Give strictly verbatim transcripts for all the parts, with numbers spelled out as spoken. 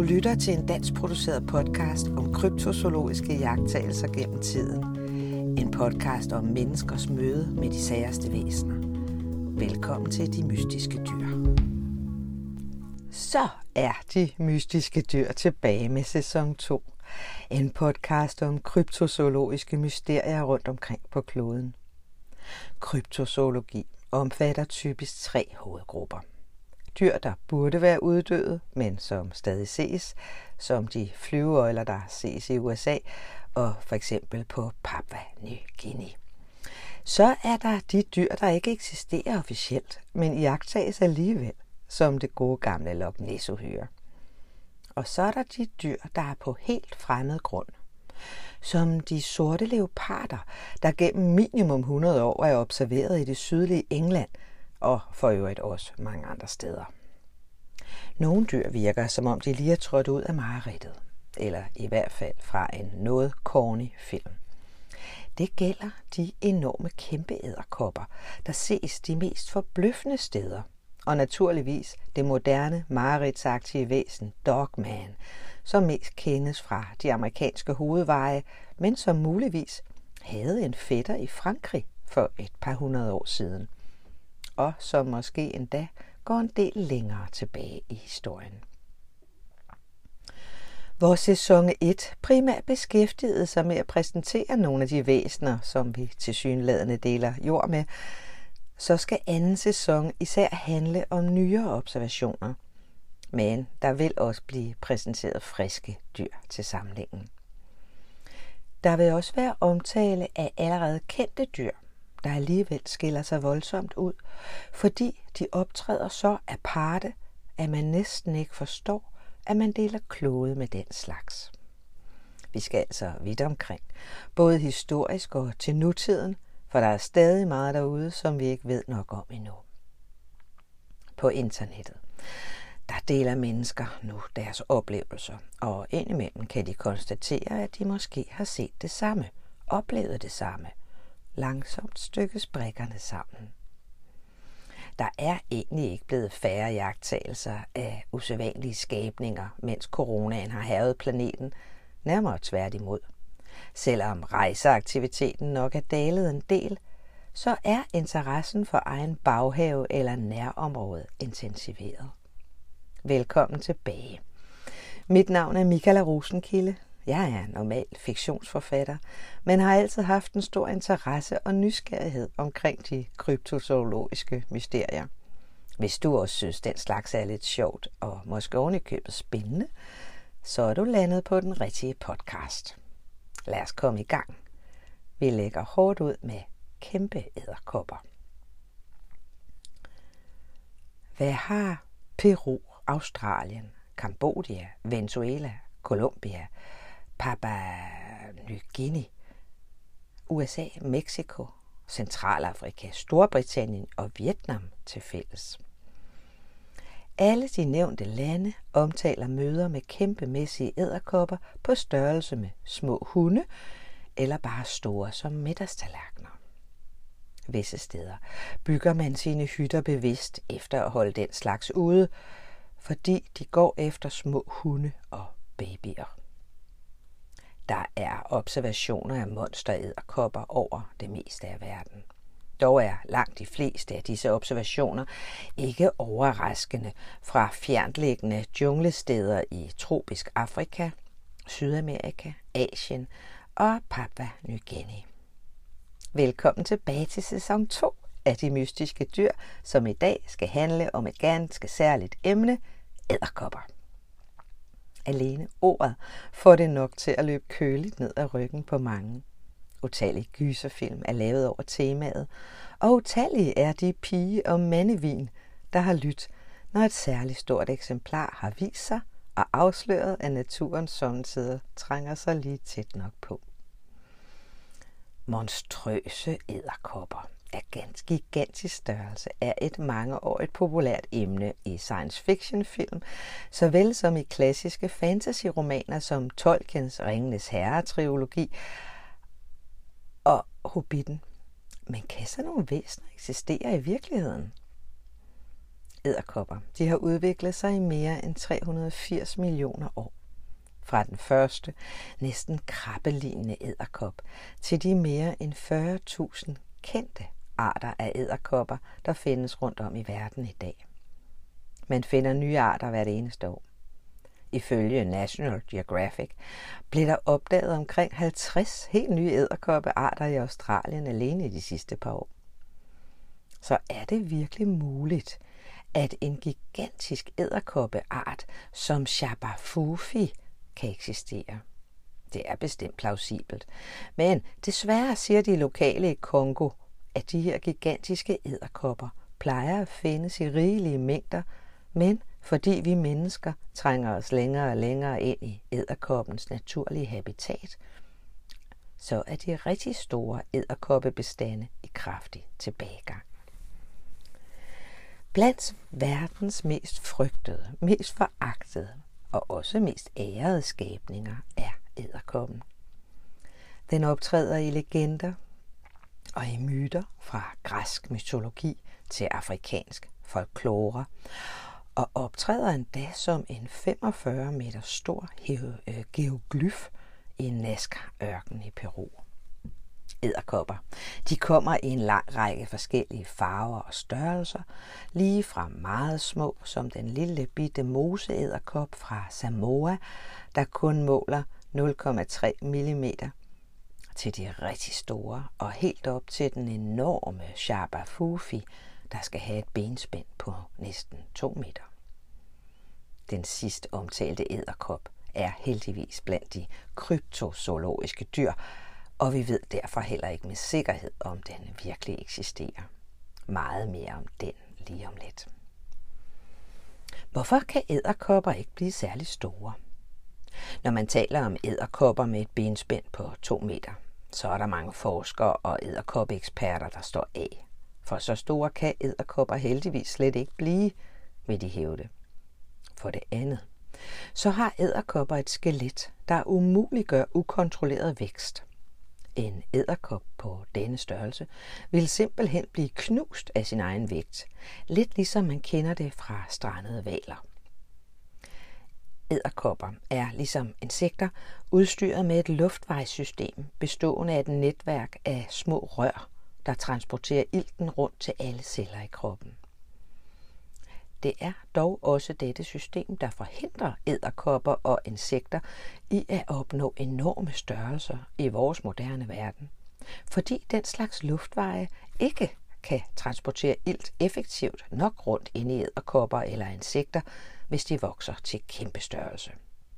lytter til en dansk produceret podcast om kryptozoologiske iagttagelser gennem tiden. En podcast om menneskers møde med de særeste væsener. Velkommen til De Mystiske Dyr. Så er De Mystiske Dyr tilbage med sæson to. En podcast om kryptozoologiske mysterier rundt omkring på kloden. Kryptozoologi omfatter typisk tre hovedgrupper. Dyr, der burde være uddøde, men som stadig ses, som de flyveøgler, der ses i U S A, og for eksempel på Papua Ny Guinea. Så er der de dyr, der ikke eksisterer officielt, men iagttages alligevel, som det gode gamle Loch Ness-uhyre. Og så er der de dyr, der er på helt fremmed grund, som de sorte leoparder, der gennem minimum hundrede år er observeret i det sydlige England, og for øvrigt også mange andre steder. Nogle dyr virker, som om de lige er trådt ud af mareridtet, eller i hvert fald fra en noget corny film. Det gælder de enorme kæmpeedderkopper, der ses de mest forbløffende steder, og naturligvis det moderne mareridtsagtige væsen Dogman, som mest kendes fra de amerikanske hovedveje, men som muligvis havde en fætter i Frankrig for et par hundrede år siden, og som måske endda går en del længere tilbage i historien. Hvor sæson et primært beskæftigede sig med at præsentere nogle af de væsener, som vi tilsyneladende deler jord med, så skal anden sæson især handle om nyere observationer. Men der vil også blive præsenteret friske dyr til samlingen. Der vil også være omtale af allerede kendte dyr, der alligevel skiller sig voldsomt ud, fordi de optræder så aparte, at man næsten ikke forstår, at man deler klode med den slags. Vi skal altså vidt omkring, både historisk og til nutiden, for der er stadig meget derude, som vi ikke ved nok om endnu. På internettet, der deler mennesker nu deres oplevelser, og indimellem kan de konstatere, at de måske har set det samme, oplevet det samme. Langsomt stykkes brikkerne sammen. Der er egentlig ikke blevet færre iagttagelser af usædvanlige skabninger, mens coronaen har hærget planeten, nærmere tværtimod. Selvom rejseaktiviteten nok er dalet en del, så er interessen for egen baghave eller nærområde intensiveret. Velkommen tilbage. Mit navn er Michaela Rosenkilde. Jeg er normal fiktionsforfatter, men har altid haft en stor interesse og nysgerrighed omkring de kryptozoologiske mysterier. Hvis du også synes, den slags er lidt sjovt og måske ovenikøbet spændende, så er du landet på den rigtige podcast. Lad os komme i gang. Vi lægger hårdt ud med kæmpe edderkopper. Hvad har Peru, Australien, Kambodja, Venezuela, Colombia, Papua Ny Guinea, U S A, Mexico, Centralafrika, Storbritannien og Vietnam til fælles? Alle de nævnte lande omtaler møder med kæmpemæssige edderkopper på størrelse med små hunde, eller bare store som middagstallerkener. Visse steder bygger man sine hytter bevidst efter at holde den slags ude, fordi de går efter små hunde og babyer. Der er observationer af monsteredderkopper over det meste af verden. Dog er langt de fleste af disse observationer ikke overraskende fra fjerntliggende junglesteder i tropisk Afrika, Sydamerika, Asien og Papua Ny Guinea. Velkommen tilbage til sæson to af De Mystiske Dyr, som i dag skal handle om et ganske særligt emne, edderkopper. Alene ordet får det nok til at løbe køligt ned ad ryggen på mange. Utallige gyserfilm er lavet over temaet, og utallige er de pige- og mandevin, der har lyttet, når et særligt stort eksemplar har vist sig og afsløret, at naturens sommetider trænger sig lige tæt nok på. Monstrøse edderkopper af ganske gigantisk størrelse er et mangeårigt populært emne i science fiction film, såvel som i klassiske fantasy-romaner som Tolkiens Ringenes Herre-trilogi og Hobbiten. Men kan så nogle væsener eksistere i virkeligheden? Edderkopper, de har udviklet sig i mere end tre hundrede og firs millioner år. Fra den første, næsten krabbelignende edderkop, til de mere end fyrre tusind kendte arter af edderkopper, der findes rundt om i verden i dag. Man finder nye arter hvert eneste år. Ifølge National Geographic blev der opdaget omkring halvtreds helt nye edderkoppearter i Australien alene i de sidste par år. Så er det virkelig muligt, at en gigantisk edderkoppeart som Shabafufi kan eksistere? Det er bestemt plausibelt, men desværre siger de lokale i Congo, at de her gigantiske edderkopper plejer at findes i rigelige mængder, men fordi vi mennesker trænger os længere og længere ind i edderkoppens naturlige habitat, så er de rigtig store edderkoppebestande i kraftig tilbagegang. Blandt verdens mest frygtede, mest foragtede og også mest ærede skabninger er edderkoppen. Den optræder i legender og i myter fra græsk mytologi til afrikansk folklore, og optræder endda som en femogfyrre meter stor geoglyf i Nazca-ørkenen i Peru. Edderkopper, de kommer i en lang række forskellige farver og størrelser, lige fra meget små som den lille bitte moseedderkop fra Samoa, der kun måler nul komma tre millimeter, til de rigtig store og helt op til den enorme Shabafufi, der skal have et benspænd på næsten to meter. Den sidst omtalte edderkop er heldigvis blandt de kryptozoologiske dyr, og vi ved derfor heller ikke med sikkerhed, om den virkelig eksisterer. Meget mere om den lige om lidt. Hvorfor kan edderkopper ikke blive særlig store? Når man taler om edderkopper med et benspænd på to meter, så er der mange forskere og edderkoppeeksperter, der står af. For så store kan edderkopper heldigvis slet ikke blive, vil de hævde. For det andet, så har edderkopper et skelet, der umuliggør ukontrolleret vækst. En edderkop på denne størrelse vil simpelthen blive knust af sin egen vægt, lidt ligesom man kender det fra strandede hvaler. Edderkopper er ligesom insekter udstyret med et luftvejssystem bestående af et netværk af små rør, der transporterer ilten rundt til alle celler i kroppen. Det er dog også dette system, der forhindrer edderkopper og insekter i at opnå enorme størrelser i vores moderne verden, fordi den slags luftveje ikke kan transportere ilt effektivt nok rundt inde i edderkopper eller insekter, hvis de vokser til kæmpe størrelse.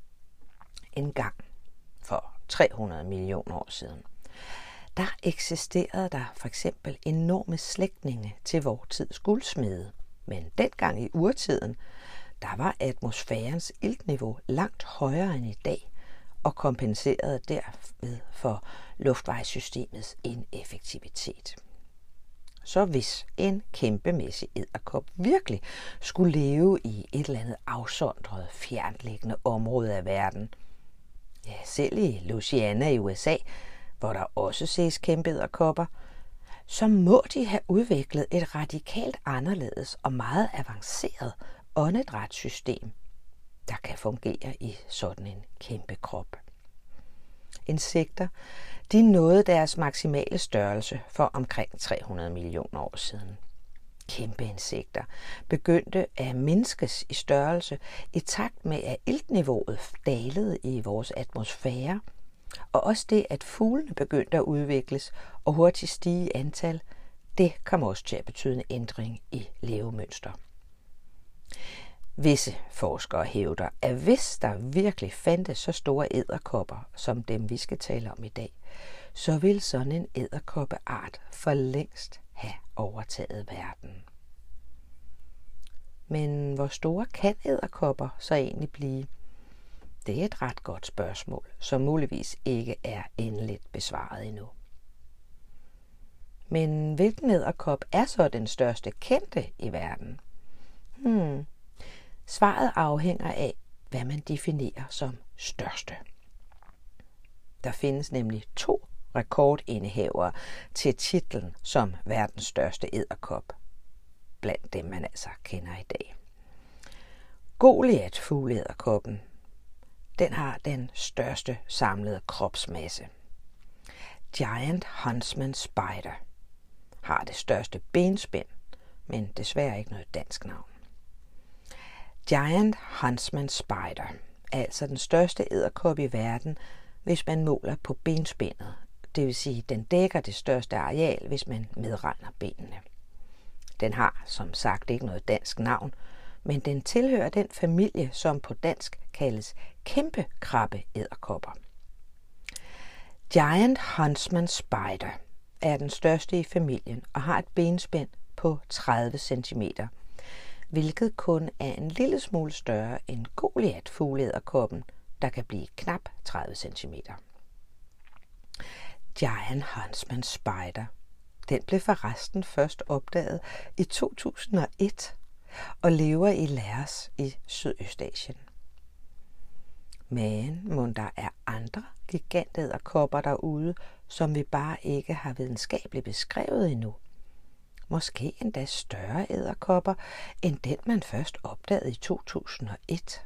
En gang for tre hundrede millioner år siden, der eksisterede der for eksempel enorme slægtninge til vor tids guldsmede. Men dengang i urtiden, der var atmosfærens iltniveau langt højere end i dag, og kompenserede derved for luftvejssystemets ineffektivitet. Så hvis en kæmpemæssig edderkop virkelig skulle leve i et eller andet afsondret, fjerntliggende område af verden, ja, selv i Louisiana i U S A, hvor der også ses kæmpe edderkopper, så må de have udviklet et radikalt anderledes og meget avanceret åndedrætssystem, der kan fungere i sådan en kæmpe krop. Insekter, de nåede deres maksimale størrelse for omkring tre hundrede millioner år siden. Kæmpe insekter begyndte at mindskes i størrelse i takt med, at iltniveauet dalede i vores atmosfære, og også det, at fuglene begyndte at udvikles og hurtigt stige i antal, det kom også til at betyde en ændring i levemønster. Visse forskere hævder, at hvis der virkelig fandtes så store edderkopper, som dem vi skal tale om i dag, så ville sådan en edderkoppeart for længst have overtaget verden. Men hvor store kan edderkopper så egentlig blive? Det er et ret godt spørgsmål, som muligvis ikke er endeligt besvaret endnu. Men hvilken edderkop er så den største kendte i verden? Hmm. Svaret afhænger af, hvad man definerer som største. Der findes nemlig to rekordindehavere til titlen som verdens største edderkop. blandt dem, man altså kender i dag. Goliat-fugleedderkoppen, den har den største samlede kropsmasse. Giant Huntsman Spider har det største benspænd, men desværre ikke noget dansk navn. Giant Huntsman Spider er altså den største edderkop i verden, hvis man måler på benspændet. Det vil sige, at den dækker det største areal, hvis man medregner benene. Den har som sagt ikke noget dansk navn, men den tilhører den familie, som på dansk kaldes kæmpekrabbeedderkopper. Giant Huntsman Spider er den største i familien og har et benspænd på tredive centimeter, hvilket kun er en lille smule større end Goliat-fugleedderkoppen, der kan blive knap tredive centimeter. Giant Huntsman Spider, den blev forresten først opdaget i to tusind og et og lever i Laos i Sydøstasien. Men mon der er andre gigantedderkopper derude, som vi bare ikke har videnskabeligt beskrevet endnu. Måske endda større edderkopper end den, man først opdagede i to tusind og et.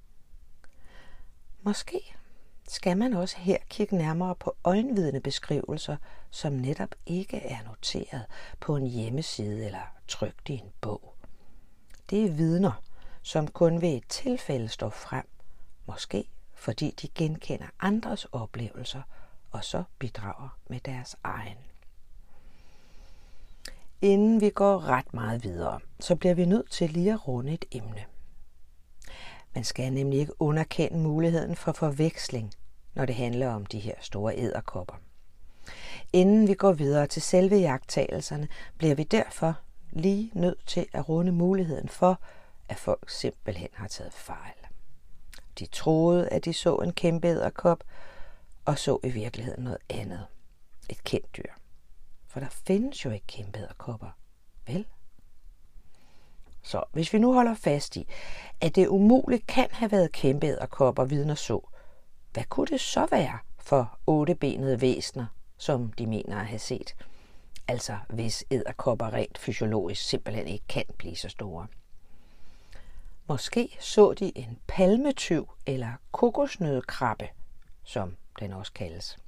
Måske skal man også her kigge nærmere på øjenvidende beskrivelser, som netop ikke er noteret på en hjemmeside eller trykt i en bog. Det er vidner, som kun ved et tilfælde står frem, måske fordi de genkender andres oplevelser og så bidrager med deres egen. Inden vi går ret meget videre, så bliver vi nødt til lige at runde et emne. Man skal nemlig ikke underkende muligheden for forveksling, når det handler om de her store edderkopper. Inden vi går videre til selve iagttagelserne, bliver vi derfor lige nødt til at runde muligheden for, at folk simpelthen har taget fejl. De troede, at de så en kæmpe edderkop, og så i virkeligheden noget andet. Et kendt dyr. For der findes jo ikke kæmpe edderkopper, vel? Så hvis vi nu holder fast i, at det umuligt kan have været kæmpe edderkopper, vidner så, hvad kunne det så være for ottebenede væsener, som de mener at have set? Altså hvis edderkopper rent fysiologisk simpelthen ikke kan blive så store. Måske så de en palmetyv eller kokosnødkrabbe, som den også kaldes.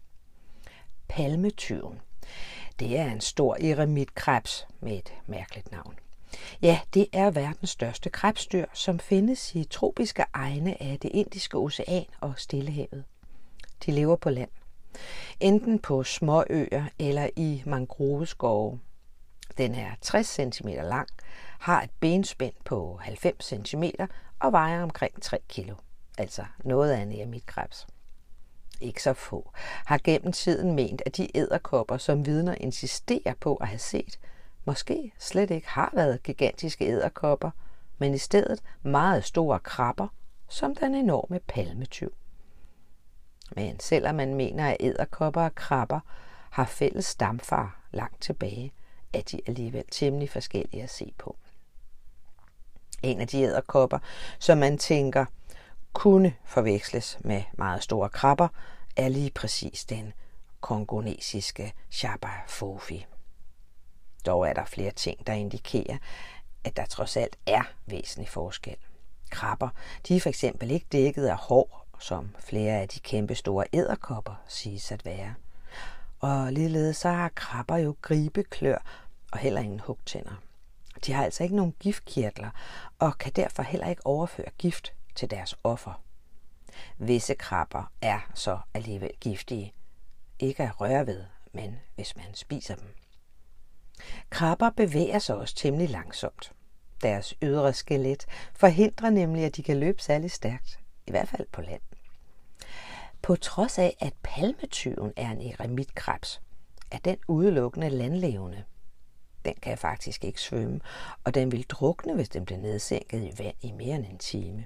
Palmetyven, det er en stor eremitkrebs med et mærkeligt navn. Ja, det er verdens største krebsdyr, som findes i tropiske egne af det Indiske Ocean og Stillehavet. De lever på land, enten på småøer eller i mangroveskove. Den er tres centimeter lang, har et benspænd på halvfems centimeter og vejer omkring tre kilo, altså noget af en eremitkrebs. Ikke så få har gennem tiden ment, at de edderkopper, som vidner insisterer på at have set, måske slet ikke har været gigantiske edderkopper, men i stedet meget store krabber, som den enorme palmetyv. Men selvom man mener, at edderkopper og krabber har fælles stamfar langt tilbage, er de alligevel temmelig forskellige at se på. En af de edderkopper, som man tænker kunne forveksles med meget store krabber, er lige præcis den kongolesiske Shabafofi. Dog er der flere ting, der indikerer, at der trods alt er væsentlig forskel. Krabber, de er for eksempel ikke dækket af hår, som flere af de kæmpe store edderkopper siges at være. Og ligeledes så har krabber jo gribeklør og heller ingen hugtænder. De har altså ikke nogen giftkirtler og kan derfor heller ikke overføre gift til deres offer. Visse krabber er så alligevel giftige. Ikke at røre ved, men hvis man spiser dem. Krabber bevæger sig også temmelig langsomt. Deres ydre skelet forhindrer nemlig, at de kan løbe særlig stærkt, i hvert fald på land. På trods af, at palmetyven er en eremitkrebs, er den udelukkende landlevende. Den kan faktisk ikke svømme, og den vil drukne, hvis den bliver nedsænket i vand i mere end en time.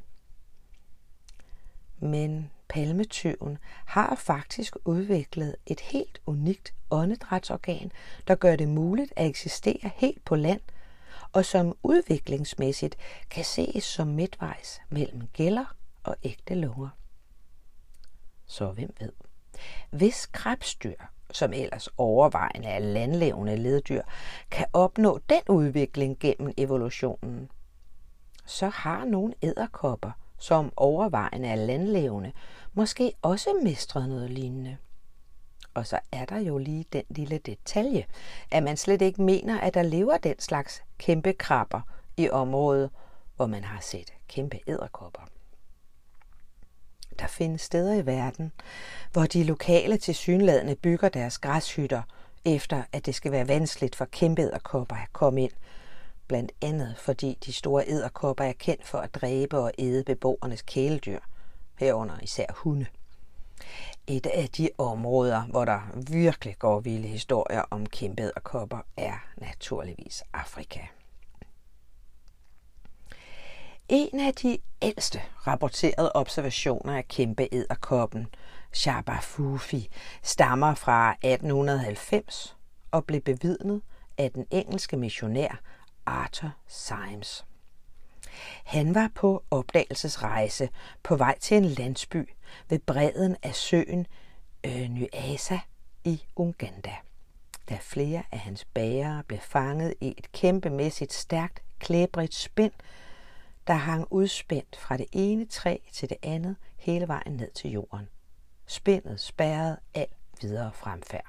Men palmetyven har faktisk udviklet et helt unikt åndedrætsorgan, der gør det muligt at eksistere helt på land, og som udviklingsmæssigt kan ses som midtvejs mellem gælder og ægte lunger. Så hvem ved? Hvis krebsdyr, som ellers overvejende er landlevende leddyr, kan opnå den udvikling gennem evolutionen, så har nogle edderkopper, som overvejende er landlevende, måske også mestret noget lignende. Og så er der jo lige den lille detalje, at man slet ikke mener, at der lever den slags kæmpe krabber i området, hvor man har set kæmpe edderkopper. Der findes steder i verden, hvor de lokale tilsyneladende bygger deres græshytter, efter at det skal være vanskeligt for kæmpe edderkopper at komme ind. Blandt andet fordi de store edderkopper er kendt for at dræbe og æde beboernes kæledyr, herunder især hunde. Et af de områder, hvor der virkelig går vilde historier om kæmpe edderkopper, er naturligvis Afrika. En af de ældste rapporterede observationer af kæmpe edderkoppen, Shabafufi, stammer fra atten halvfems og blev bevidnet af den engelske missionær Arthur Symes. Han var på opdagelsesrejse på vej til en landsby ved bredden af søen øh, Nyasa i Uganda, da flere af hans bagere blev fanget i et kæmpemæssigt stærkt klæbrigt spind, der hang udspændt fra det ene træ til det andet hele vejen ned til jorden. Spindet spærrede al videre fremfærd.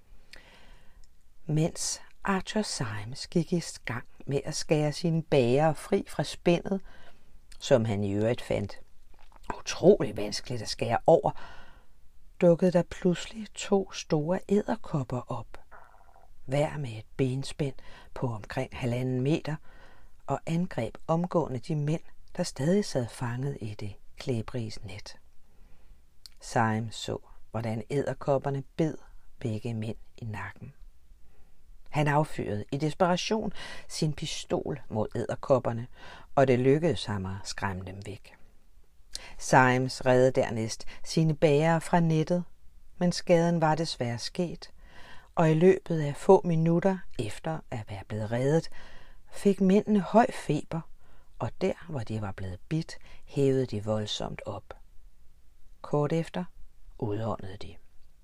Mens Arthur Symes gik i gang med at skære sine bagere fri fra spindet, som han i øvrigt fandt utrolig vanskeligt at skære over, dukkede der pludselig to store edderkopper op, hver med et benspænd på omkring halvanden meter, og angreb omgående de mænd, der stadig sad fanget i det klæbrige net. Symes så, hvordan edderkopperne bed begge mænd i nakken. Han affyrede i desperation sin pistol mod edderkopperne, og det lykkedes ham at skræmme dem væk. Symes reddede dernæst sine bagere fra nettet, men skaden var desværre sket, og i løbet af få minutter efter at være blevet reddet, fik mændene høj feber, og der, hvor de var blevet bidt, hævede de voldsomt op. Kort efter udåndede de.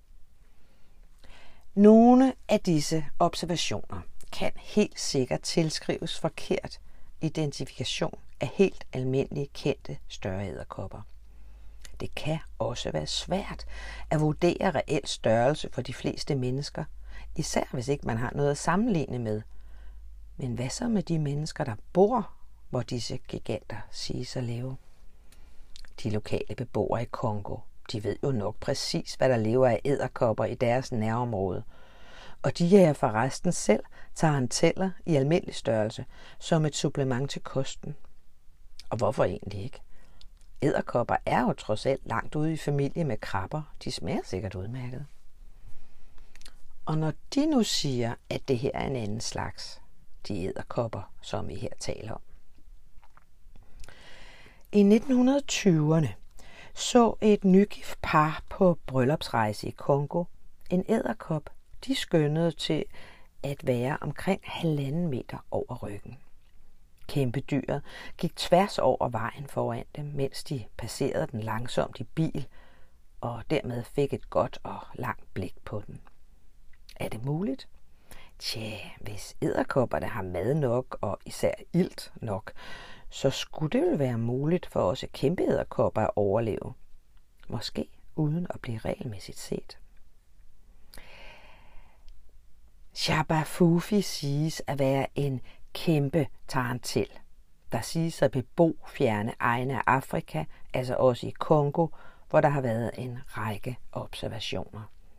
Nogle af disse observationer kan helt sikkert tilskrives forkert identifikation af helt almindelige kendte større edderkopper. Det kan også være svært at vurdere reel størrelse for de fleste mennesker, især hvis ikke man har noget at sammenligne med. Men hvad så med de mennesker, der bor, hvor disse giganter siges at leve? De lokale beboere i Kongo, de ved jo nok præcis, hvad der lever af edderkopper i deres nærområde. Og de jager forresten selv taranteller i almindelig størrelse som et supplement til kosten. Og hvorfor egentlig ikke? Edderkopper er jo trods alt langt ude i familie med krabber. De smager sikkert udmærket. Og når de nu siger, at det her er en anden slags, de edderkopper, som vi her taler om. I nitten tyverne så et nygift par på bryllupsrejse i Kongo en edderkop, de skønnede til at være omkring halvanden meter over ryggen. Kæmpedyret gik tværs over vejen foran dem, mens de passerede den langsomt i bil, og dermed fik et godt og langt blik på den. Er det muligt? Tja, hvis edderkopperne har mad nok og især ilt nok, så skulle det vel være muligt for også kæmpe edderkopper at overleve. Måske uden at blive regelmæssigt set. Shabafufi siges at være en kæmpe tarantel, der siges at bebo fjerne egne af Afrika, altså også i Kongo, hvor der har været en række observationer.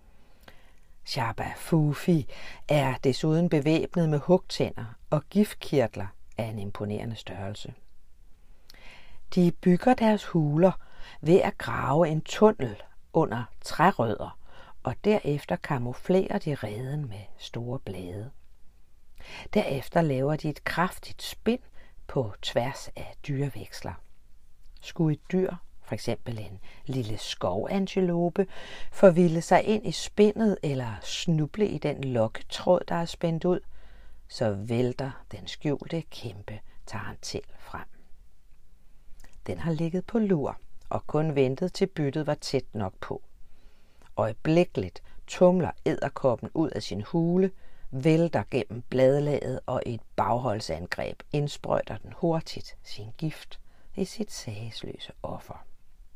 Shabafufi er desuden bevæbnet med hugtænder og giftkirtler af en imponerende størrelse. De bygger deres huler ved at grave en tunnel under trærødder, og derefter kamuflerer de reden med store blade. Derefter laver de et kraftigt spind på tværs af dyreveksler. Skulle et dyr, for eksempel en lille skovantilope, forvilde sig ind i spindet eller snuble i den lokketråd, der er spændt ud, så vælter den skjulte kæmpe tarantel frem. Den har ligget på lur og kun ventet til byttet var tæt nok på. Øjeblikkeligt tumler edderkoppen ud af sin hule, vælter gennem bladlaget og i et bagholdsangreb indsprøjter den hurtigt sin gift i sit sagesløse offer.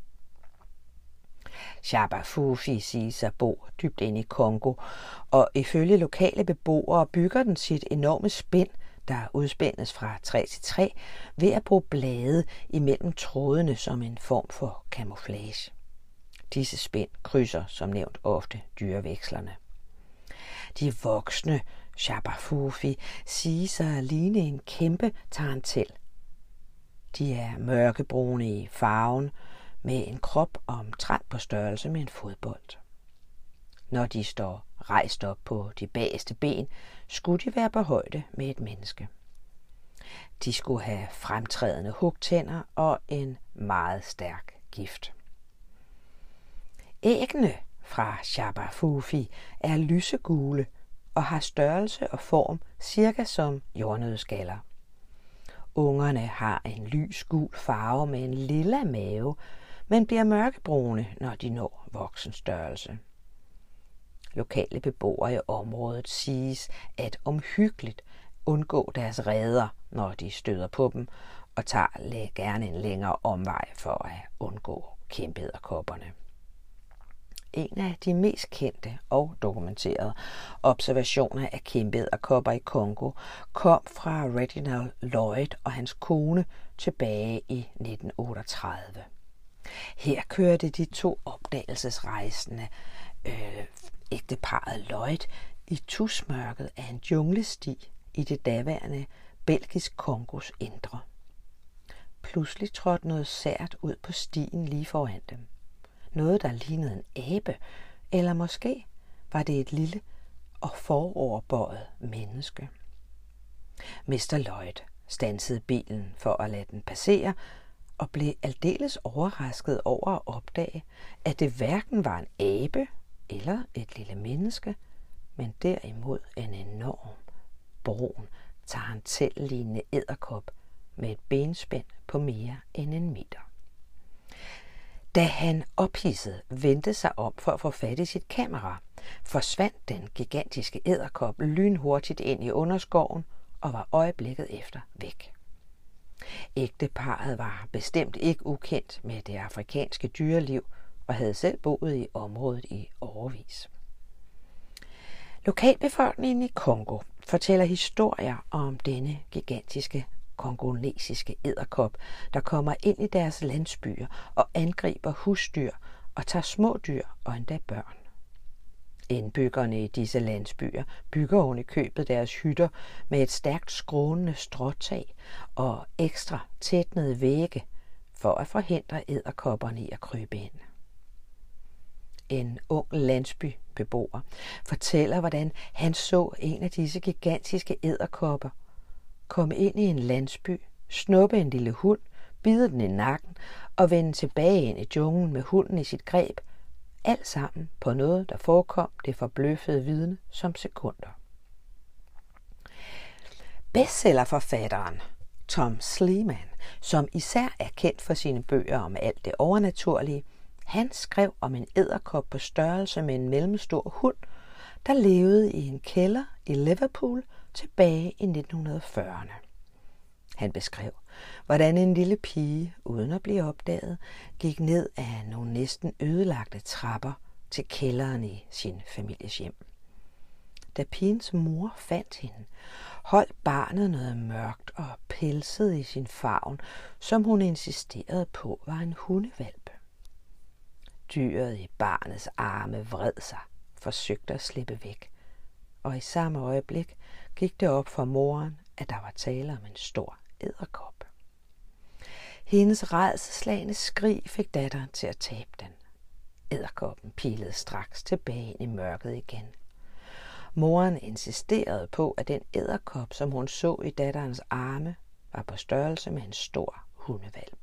Shabafufi siges at bo dybt inde i Congo, og ifølge lokale beboere bygger den sit enorme spind, der udspændes fra træ til træ, ved at bruge blade imellem trådene som en form for camouflage. Disse spind krydser som nævnt ofte dyrevekslerne. De voksne Shabafufi siges at ligne en kæmpe tarantel. De er mørkebrune i farven, med en krop omtrent på størrelse med en fodbold. Når de står rejst op på de bagerste ben, skulle de være på højde med et menneske. De skulle have fremtrædende hugtænder og en meget stærk gift. Æggene fra Shabafufi er lysegule og har størrelse og form cirka som jordnøddeskaller. Ungerne har en lys gul farve med en lilla mave, men bliver mørkebrune, når de når voksenstørrelse. Lokale beboere i området siges at omhyggeligt undgå deres reder, når de støder på dem, og tager gerne en længere omvej for at undgå kæmpeedderkopperne. En af de mest kendte og dokumenterede observationer af kæmpeedderkopper i Congo kom fra Reginald Lloyd og hans kone tilbage i nitten otteogtredive. Her kørte de to opdagelsesrejsende øh, ægteparret Lloyd i tusmørket af en junglesti i det daværende belgisk Kongos indre. Pludselig trådte noget sært ud på stien lige foran dem. Noget, der lignede en abe, eller måske var det et lille og foroverbøjet menneske. mister Lloyd standsede bilen for at lade den passere, og blev aldeles overrasket over at opdage, at det hverken var en abe eller et lille menneske, men derimod en enorm, brun, tarantellignende edderkop med et benspænd på mere end en meter. Da han ophidset vendte sig om for at få fat i sit kamera, forsvandt den gigantiske edderkop lynhurtigt ind i underskoven og var øjeblikket efter væk. Ægteparret var bestemt ikke ukendt med det afrikanske dyreliv og havde selv boet i området i årevis. Lokalbefolkningen i Congo fortæller historier om denne gigantiske kongolesiske edderkop, der kommer ind i deres landsbyer og angriber husdyr og tager små dyr og endda børn. Indbyggerne i disse landsbyer bygger oven i købet deres hytter med et stærkt skrånende stråtag og ekstra tætnede vægge for at forhindre edderkopperne i at krybe ind. En ung landsbybeboer fortæller, hvordan han så en af disse gigantiske edderkopper komme ind i en landsby, snuppe en lille hund, bide den i nakken og vende tilbage ind i junglen med hunden i sit greb, alt sammen på noget, der forekom det forbløffede vidne som sekunder. Bestsellerforfatteren Tom Sleeman, som især er kendt for sine bøger om alt det overnaturlige, han skrev om en edderkop på størrelse med en mellemstor hund, der levede i en kælder i Liverpool tilbage i nitten fyrrerne. Han beskrev, hvordan en lille pige, uden at blive opdaget, gik ned af nogle næsten ødelagte trapper til kælderen i sin families hjem. Da pigens mor fandt hende, holdt barnet noget mørkt og pelset i sin favn, som hun insisterede på var en hundehvalp. Dyret i barnets arme vred sig, forsøgte at slippe væk, og i samme øjeblik gik det op for moren, at der var tale om en stor edderkop. Hendes rædselsslagne skrig fik datteren til at tabe den. Edderkoppen pilede straks tilbage ind i mørket igen. Moren insisterede på, at den edderkop, som hun så i datterens arme, var på størrelse med en stor hundehvalp.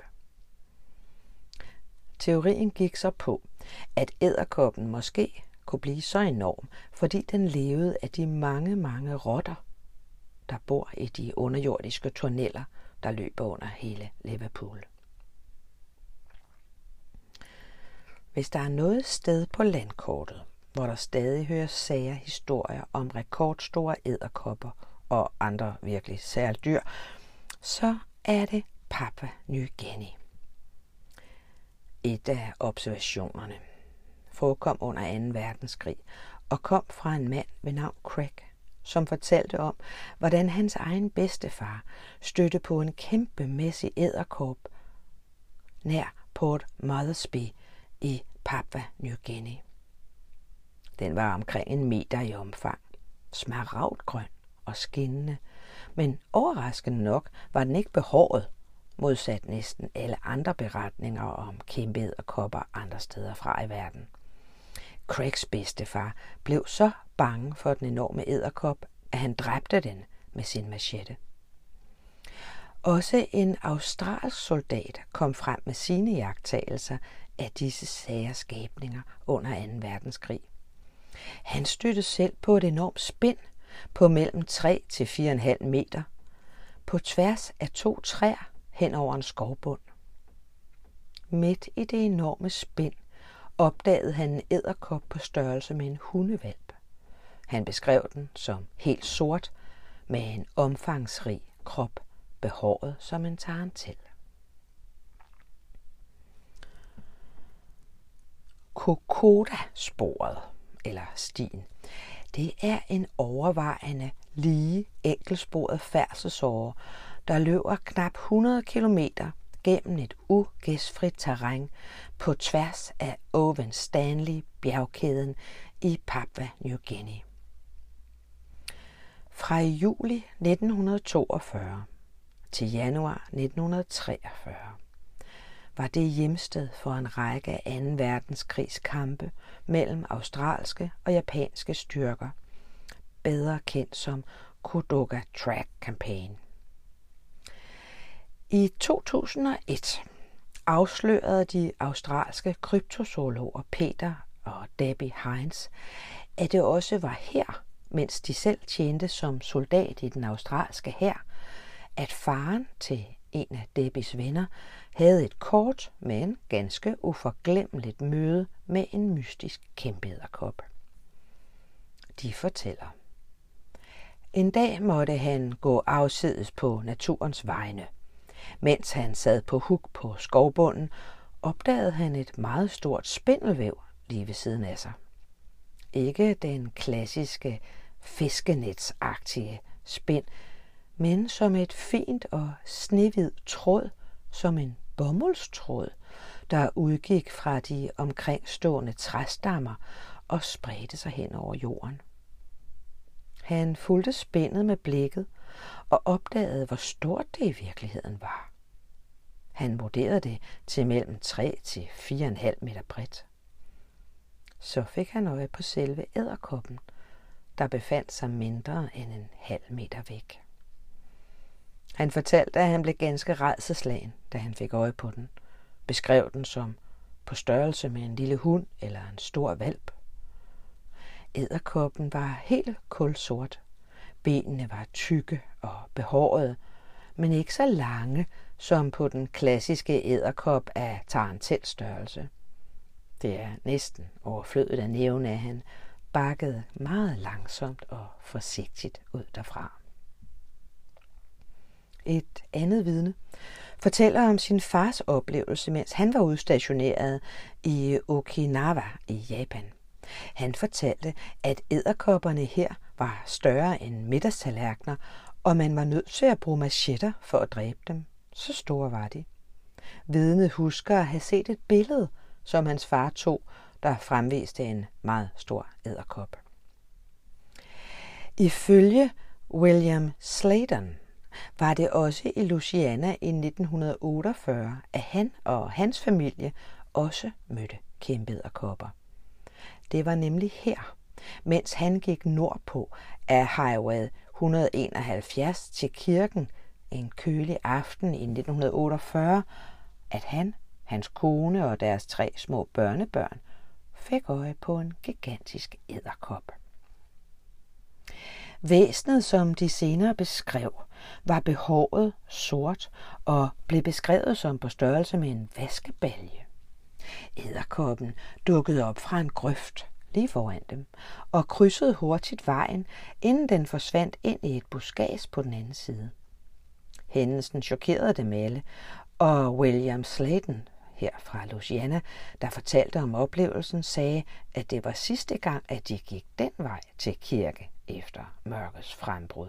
Teorien gik så på, at edderkoppen måske kunne blive så enorm, fordi den levede af de mange, mange rotter, der bor i de underjordiske tunneller, der løber under hele Liverpool. Hvis der er noget sted på landkortet, hvor der stadig høres sære historier om rekordstore edderkopper og andre virkelig særlige dyr, så er det Papua Ny Guinea. Et af observationerne forekom under anden verdenskrig og kom fra en mand ved navn Craig, som fortalte om, hvordan hans egen bedstefar stødte på en kæmpemæssig edderkop nær Port Moresby i Papua Ny Guinea. Den var omkring en meter i omfang, smaragdgrøn og skinnende, men overraskende nok var den ikke behåret, modsat næsten alle andre beretninger om kæmpe edderkopper andre steder fra i verden. Craigs bedstefar blev så bange for den enorme edderkop, at han dræbte den med sin machete. Også en australsk soldat kom frem med sine iagttagelser af disse sære skabninger under anden verdenskrig. Han stødte selv på et enormt spind på mellem tre til fire komma fem meter på tværs af to træer hen over en skovbund. Midt i det enorme spind opdagede han en edderkop på størrelse med en hundehvalp. Han beskrev den som helt sort med en omfangsrig krop, behåret som en tarantel. Kokoda-sporet, eller stien, det er en overvejende lige enkeltsporet færdselsåre, der løber knap hundrede kilometer gennem et ugæstfrit terræn på tværs af Owen Stanley-bjergkæden i Papua Ny Guinea. Fra juli nitten toogfyrre til januar nitten treogfyrre var det hjemsted for en række af anden verdenskrigs kampe mellem australske og japanske styrker, bedre kendt som Kodoka Track Campaign. I to tusind og et afslørede de australske kryptozoologer Peter og Debbie Hines, at det også var her, mens de selv tjente som soldat i den australske hær, at faren til en af Debbies venner havde et kort, men ganske uforglemmeligt møde med en mystisk kæmpeedderkop. De fortæller: En dag måtte han gå afsides på naturens vegne. Mens han sad på huk på skovbunden, opdagede han et meget stort spindelvæv lige ved siden af sig. Ikke den klassiske fiskenetsagtige spind, men som et fint og snehvid tråd, som en bomuldstråd, der udgik fra de omkringstående træstammer og spredte sig hen over jorden. Han fulgte spindet med blikket og opdagede, hvor stort det i virkeligheden var. Han vurderede det til mellem tre til fire komma fem meter bredt. Så fik han øje på selve edderkoppen, der befandt sig mindre end en halv meter væk. Han fortalte, at han blev ganske rædselsslagen, da han fik øje på den, beskrev den som på størrelse med en lille hund eller en stor hvalp. Edderkoppen var helt kulsort. Benene var tykke og behårede, men ikke så lange som på den klassiske edderkop af tarantelstørrelse. Det er næsten overflødigt at nævne, at han bakkede meget langsomt og forsigtigt ud derfra. Et andet vidne fortæller om sin fars oplevelse, mens han var udstationeret i Okinawa i Japan. Han fortalte, at edderkopperne her var større end middagstallerkener, og man var nødt til at bruge machetter for at dræbe dem. Så store var de. Vidnet husker at have set et billede, som hans far tog, der fremviste en meget stor edderkop. Ifølge William Sladen var det også i Louisiana i nitten otteogfyrre, at han og hans familie også mødte kæmpeedderkopper. Det var nemlig her, mens han gik nordpå af Highway et hundrede og enoghalvfjerds til kirken en kølig aften i nitten otteogfyrre, at han, hans kone og deres tre små børnebørn fik øje på en gigantisk edderkop. Væsenet, som de senere beskrev, var behåret, sort og blev beskrevet som på størrelse med en vaskebalje. Edderkoppen dukkede op fra en grøft lige foran dem og krydsede hurtigt vejen, inden den forsvandt ind i et buskads på den anden side. Hændelsen chokerede dem alle, og William Slayton, her fra Louisiana, der fortalte om oplevelsen, sagde, at det var sidste gang, at de gik den vej til kirke efter mørkets frembrud.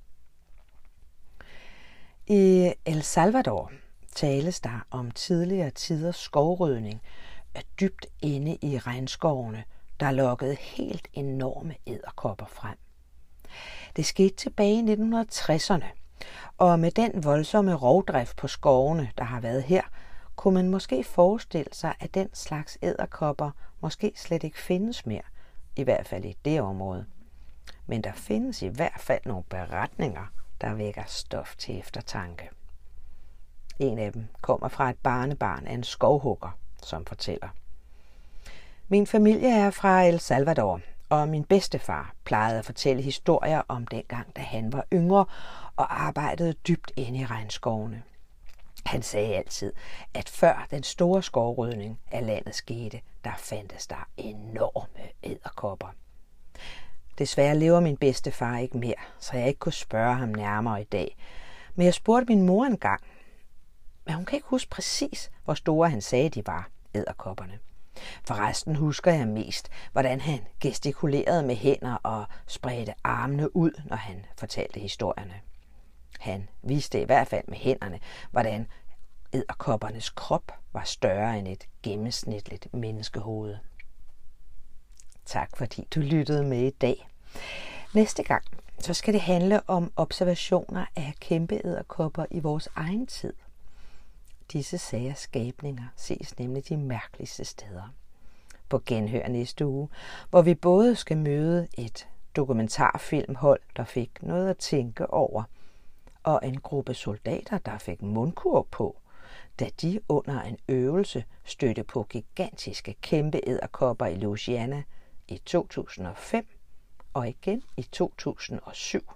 I El Salvador tales der om tidligere tiders skovrydning dybt inde i regnskovene, der lokkede helt enorme edderkopper frem. Det skete tilbage i nitten tresserne, og med den voldsomme rovdrift på skovene, der har været her, kunne man måske forestille sig, at den slags edderkopper måske slet ikke findes mere, i hvert fald i det område. Men der findes i hvert fald nogle beretninger, der vækker stof til eftertanke. En af dem kommer fra et barnebarn af en skovhugger, som fortæller: Min familie er fra El Salvador, og min bedstefar plejede at fortælle historier om dengang, da han var yngre og arbejdede dybt inde i regnskovene. Han sagde altid, at før den store skovrydning af landet skete, der fandtes der enorme edderkopper. Desværre lever min bedstefar ikke mere, så jeg ikke kunne spørge ham nærmere i dag. Men jeg spurgte min mor en gang, men hun kan ikke huske præcis, hvor store han sagde, de var, edderkopperne. Forresten husker jeg mest, hvordan han gestikulerede med hænder og spredte armene ud, når han fortalte historierne. Han viste i hvert fald med hænderne, hvordan edderkoppernes krop var større end et gennemsnitligt menneskehoved. Tak fordi du lyttede med i dag. Næste gang så skal det handle om observationer af kæmpe edderkopper i vores egen tid. Disse sagers skabninger ses nemlig de mærkeligste steder. På genhør næste uge, hvor vi både skal møde et dokumentarfilmhold, der fik noget at tænke over, og en gruppe soldater, der fik mundkurv på, da de under en øvelse stødte på gigantiske kæmpe edderkopper i Louisiana i to tusind og fem og igen i to tusind og syv.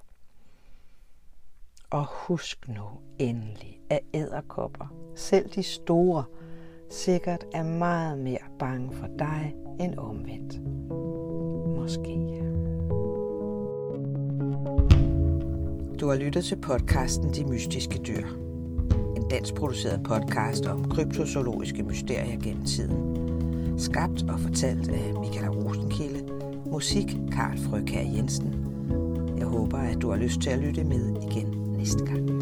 Og husk nu endelig, at edderkopper, selv de store, sikkert er meget mere bange for dig end omvendt. Måske. Du har lyttet til podcasten De Mystiske Dyr. En dansk produceret podcast om kryptozoologiske mysterier gennem tiden. Skabt og fortalt af Michaela Rosenkilde. Musik Karl Frøkjær Jensen. Jeg håber, at du har lyst til at lytte med igen næste gang.